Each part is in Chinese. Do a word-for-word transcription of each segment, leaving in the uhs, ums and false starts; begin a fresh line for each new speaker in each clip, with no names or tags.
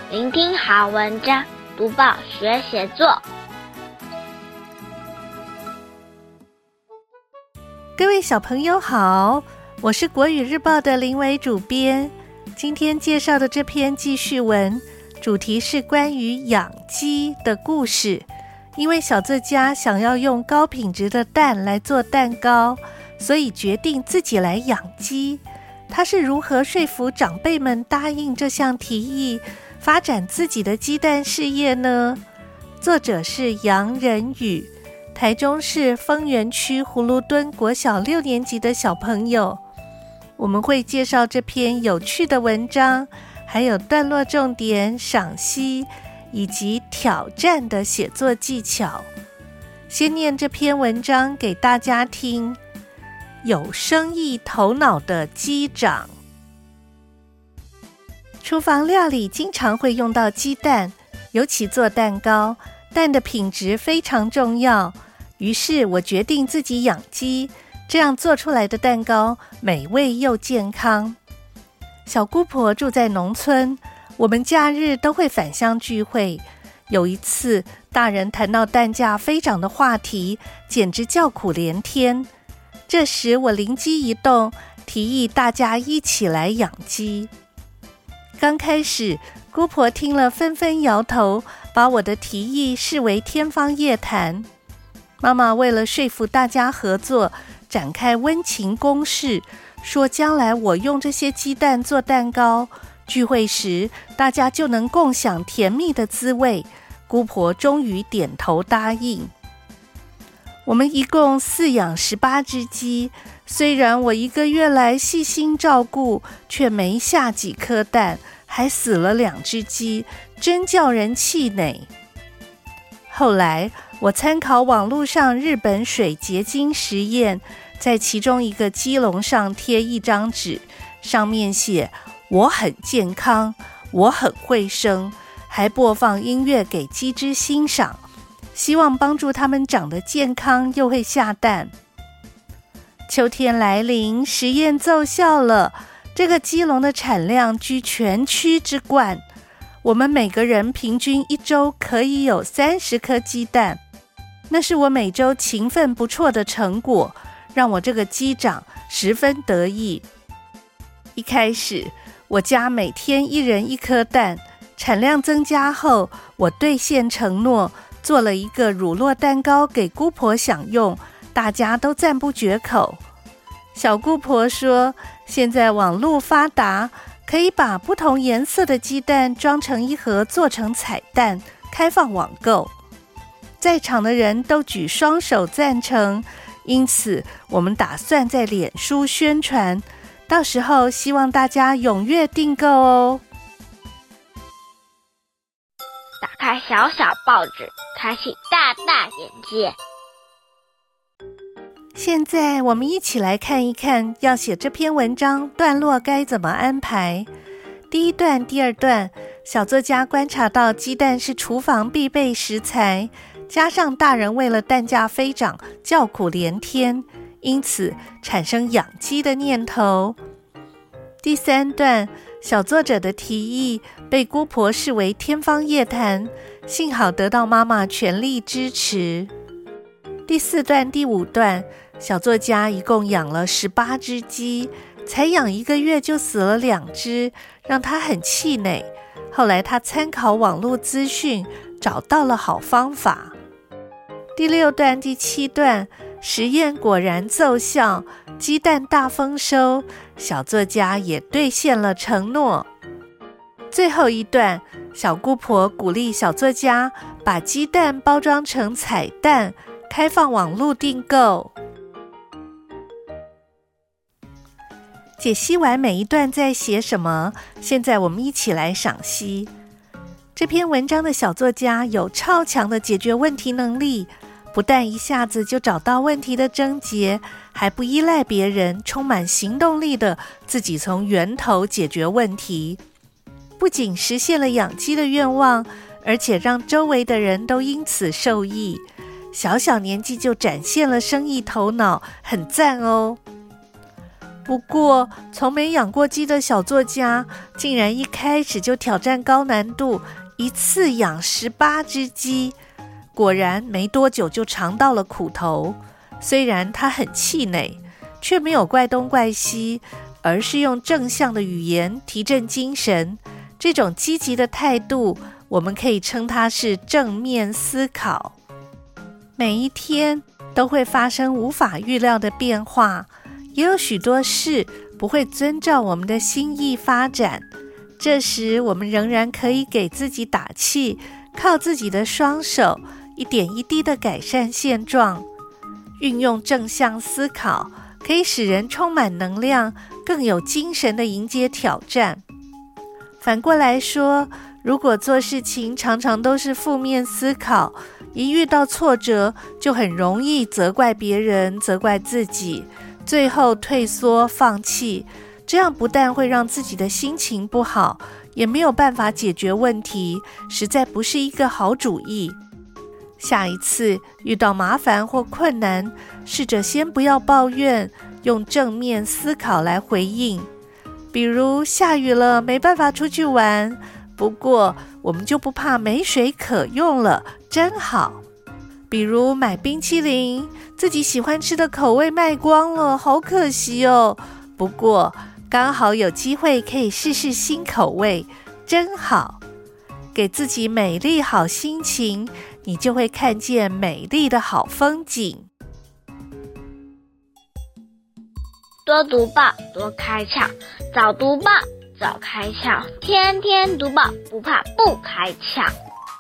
聆听好文章，读报学写作。
各位小朋友好，我是国语日报的林伟主编。今天介绍的这篇记叙文，主题是关于养鸡的故事。因为小作家想要用高品质的蛋来做蛋糕，所以决定自己来养鸡。他是如何说服长辈们答应这项提议，发展自己的鸡蛋事业呢？作者是杨仁宇，台中市丰原区葫芦墩国小六年级的小朋友。我们会介绍这篇有趣的文章，还有段落重点、赏析以及挑战的写作技巧。先念这篇文章给大家听。有生意头脑的鸡长。厨房料理经常会用到鸡蛋，尤其做蛋糕，蛋的品质非常重要。于是我决定自己养鸡，这样做出来的蛋糕美味又健康。小姑婆住在农村，我们假日都会返乡聚会。有一次，大人谈到蛋价飞涨的话题，简直叫苦连天。这时我灵机一动，提议大家一起来养鸡。刚开始，姑婆听了纷纷摇头，把我的提议视为天方夜谭。妈妈为了说服大家合作，展开温情攻势，说将来我用这些鸡蛋做蛋糕，聚会时大家就能共享甜蜜的滋味。姑婆终于点头答应。我们一共饲养十八只鸡，虽然我一个月来细心照顾，却没下几颗蛋，还死了两只鸡，真叫人气馁。后来我参考网络上日本水结晶实验，在其中一个鸡笼上贴一张纸，上面写我很健康，我很会生，还播放音乐给鸡只欣赏，希望帮助它们长得健康又会下蛋。秋天来临，实验奏效了，这个鸡笼的产量居全区之冠。我们每个人平均一周可以有三十颗鸡蛋，那是我每周勤奋不辍的成果，让我这个鸡长十分得意。一开始，我家每天一人一颗蛋，产量增加后，我兑现承诺，做了一个乳酪蛋糕给姑婆享用，大家都赞不绝口。小姑婆说，现在网络发达，可以把不同颜色的鸡蛋装成一盒，做成彩蛋，开放网购。在场的人都举双手赞成，因此我们打算在脸书宣传，到时候希望大家踊跃订购哦。
打开小小报纸，开启大大眼界。
现在我们一起来看一看，要写这篇文章段落该怎么安排。第一段、第二段，小作家观察到鸡蛋是厨房必备食材，加上大人为了蛋价飞涨叫苦连天，因此产生养鸡的念头。第三段，小作者的提议被姑婆视为天方夜谭，幸好得到妈妈全力支持。第四段、第五段，小作家一共养了十八只鸡，才养一个月就死了两只，让他很气馁。后来他参考网络资讯，找到了好方法。第六段、第七段，实验果然奏效，鸡蛋大丰收，小作家也兑现了承诺。最后一段，小姑婆鼓励小作家把鸡蛋包装成彩蛋，开放网络订购。解析完每一段在写什么，现在我们一起来赏析。这篇文章的小作家有超强的解决问题能力，不但一下子就找到问题的症结，还不依赖别人，充满行动力的自己从源头解决问题。不仅实现了养鸡的愿望，而且让周围的人都因此受益。小小年纪就展现了生意头脑，很赞哦。 不过，从没养过鸡的小作家，竟然一开始就挑战高难度，一次养十八只鸡。果然没多久就尝到了苦头。虽然他很气馁，却没有怪东怪西，而是用正向的语言提振精神。这种积极的态度，我们可以称它是正面思考。每一天都会发生无法预料的变化，也有许多事不会遵照我们的心意发展。这时我们仍然可以给自己打气，靠自己的双手一点一滴地改善现状。运用正向思考，可以使人充满能量，更有精神地迎接挑战。反过来说，如果做事情常常都是负面思考，一遇到挫折就很容易责怪别人，责怪自己，最后退缩放弃，这样不但会让自己的心情不好，也没有办法解决问题，实在不是一个好主意。下一次遇到麻烦或困难，试着先不要抱怨，用正面思考来回应。比如下雨了，没办法出去玩，不过我们就不怕没水可用了，真好。比如买冰淇淋，自己喜欢吃的口味卖光了，好可惜哦。不过刚好有机会可以试试新口味，真好。给自己美丽好心情，你就会看见美丽的好风景。
多读报，多开窍；早读报，早开窍；天天读报，不怕不开窍。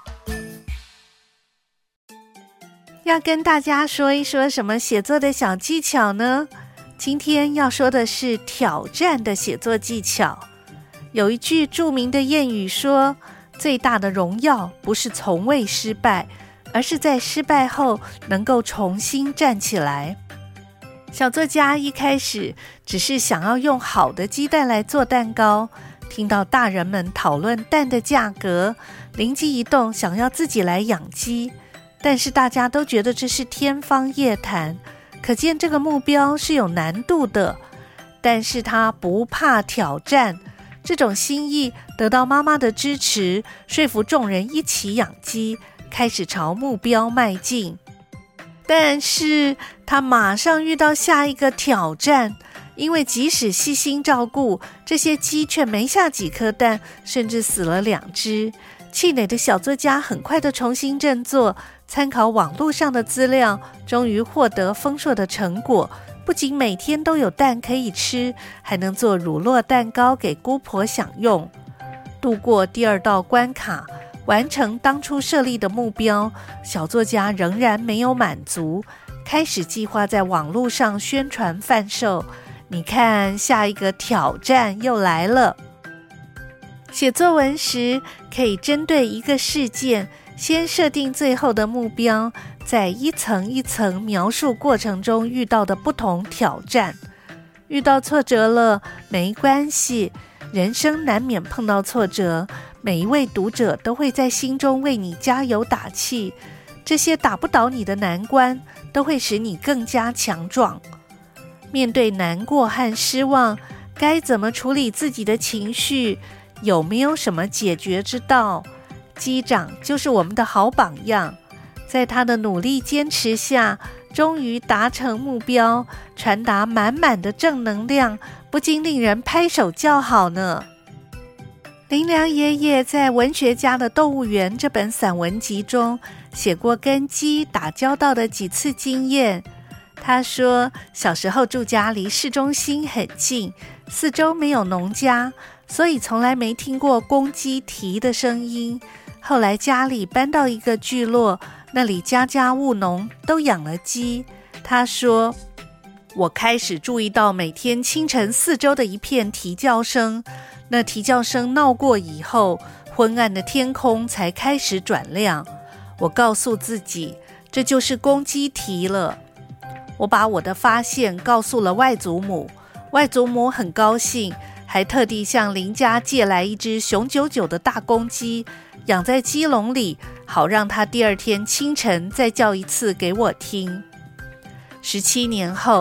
要跟大家说一说什么写作的小技巧呢？今天要说的是挑战的写作技巧。有一句著名的谚语说，最大的荣耀不是从未失败，而是在失败后能够重新站起来。小作家一开始只是想要用好的鸡蛋来做蛋糕，听到大人们讨论蛋的价格，灵机一动想要自己来养鸡，但是大家都觉得这是天方夜谭，可见这个目标是有难度的。但是他不怕挑战，这种心意得到妈妈的支持，说服众人一起养鸡，开始朝目标迈进。但是他马上遇到下一个挑战，因为即使细心照顾，这些鸡却没下几颗蛋，甚至死了两只。气馁的小作家很快的重新振作，参考网络上的资料，终于获得丰硕的成果。不仅每天都有蛋可以吃，还能做乳酪蛋糕给姑婆享用。度过第二道关卡，完成当初设立的目标，小作家仍然没有满足，开始计划在网络上宣传贩售。你看，下一个挑战又来了。写作文时，可以针对一个事件，先设定最后的目标，在一层一层描述过程中遇到的不同挑战。遇到挫折了，没关系，人生难免碰到挫折，每一位读者都会在心中为你加油打气，这些打不倒你的难关，都会使你更加强壮。面对难过和失望，该怎么处理自己的情绪？有没有什么解决之道？机长就是我们的好榜样，在他的努力坚持下，终于达成目标，传达满满的正能量，不禁令人拍手叫好呢。林良爷爷在《文学家的动物园》这本散文集中写过跟鸡打交道的几次经验。他说，小时候住家离市中心很近，四周没有农家，所以从来没听过公鸡啼的声音。后来家里搬到一个聚落，那里家家务农，都养了鸡。他说，我开始注意到每天清晨四周的一片啼叫声，那啼叫声闹过以后，昏暗的天空才开始转亮。我告诉自己，这就是公鸡啼了。我把我的发现告诉了外祖母，外祖母很高兴，还特地向邻家借来一只雄赳赳的大公鸡，养在鸡笼里，好让他第二天清晨再叫一次给我听。十七年后，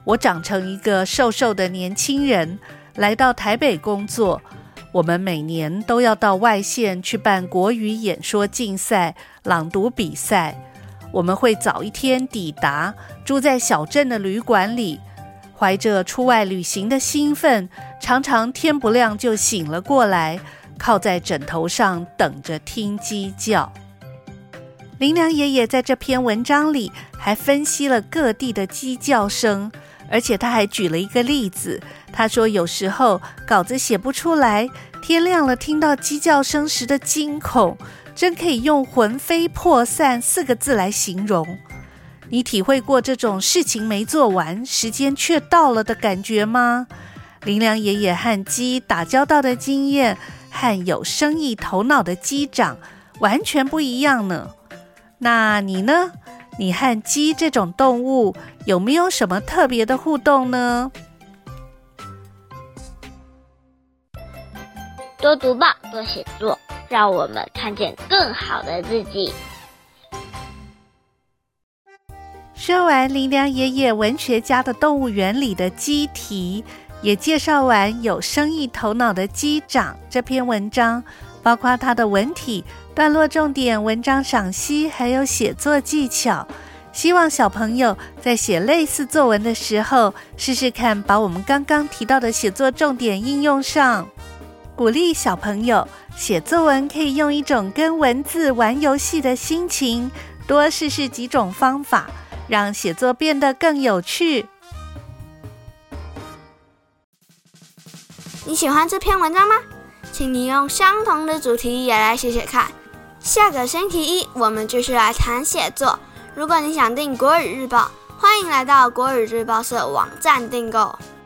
我长成一个瘦瘦的年轻人，来到台北工作。我们每年都要到外县去办国语演说竞赛、朗读比赛。我们会早一天抵达，住在小镇的旅馆里，怀着出外旅行的兴奋，常常天不亮就醒了过来，靠在枕头上等着听鸡叫。林良爷爷在这篇文章里还分析了各地的鸡叫声，而且他还举了一个例子。他说有时候稿子写不出来，天亮了听到鸡叫声时的惊恐，真可以用魂飞魄散四个字来形容。你体会过这种事情没做完，时间却到了的感觉吗？林良爷爷和鸡打交道的经验和有生意头脑的鸡长完全不一样呢。那你呢？你和鸡这种动物有没有什么特别的互动呢？
多读报，多写作，让我们看见更好的自己。
说完林良爷爷文学家的动物园里的鸡啼，也介绍完有生意头脑的鸡长这篇文章，包括它的文体、段落重点、文章赏析，还有写作技巧。希望小朋友在写类似作文的时候，试试看把我们刚刚提到的写作重点应用上。鼓励小朋友写作文可以用一种跟文字玩游戏的心情，多试试几种方法，让写作变得更有趣。
你喜欢这篇文章吗？请你用相同的主题也来写写看。下个星期一我们继续来谈写作。如果你想订国语日报，欢迎来到国语日报社网站订购。